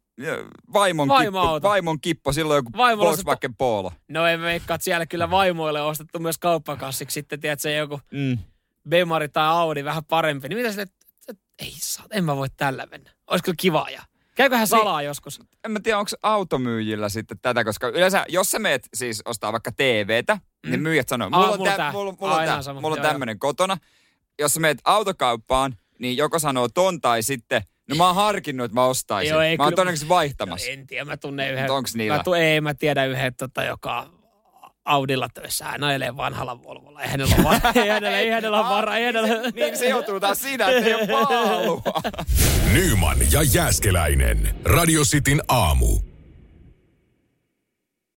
vaimon kippo, silloin joku Volkswagen Polo. No ei veikkaa, että siellä kyllä vaimoille on ostettu myös kauppakassiksi sitten, tiedätkö, joku Bemari tai Audi vähän parempi. Niin mitä sille, ei saa, en mä voi tällä mennä. Olisi kyllä kiva ajaa. Käyköhän salaa joskus? En mä tiedä, onko automyyjillä sitten tätä, koska yleensä, jos sä meet siis ostaa vaikka TVtä, niin myyjät sanoo, mulla on tämmönen kotona. Jos sä meet autokauppaan, niin joko sanoo ton tai sitten, no mä oon harkinnut, että mä ostaisin. Joo, mä oon todennäköisesti vaihtamassa. En tiedä, mä tunnen yhden. Onks niillä? Mä tiedä yhden, joka Audilla töissä. Hän ajelee vanhalla Volvolla. Ei hänellä ole varaa. Niin se joutuu taas siinä, että ei ole paalua. Nyman ja Jääskeläinen. Radio Cityn aamu.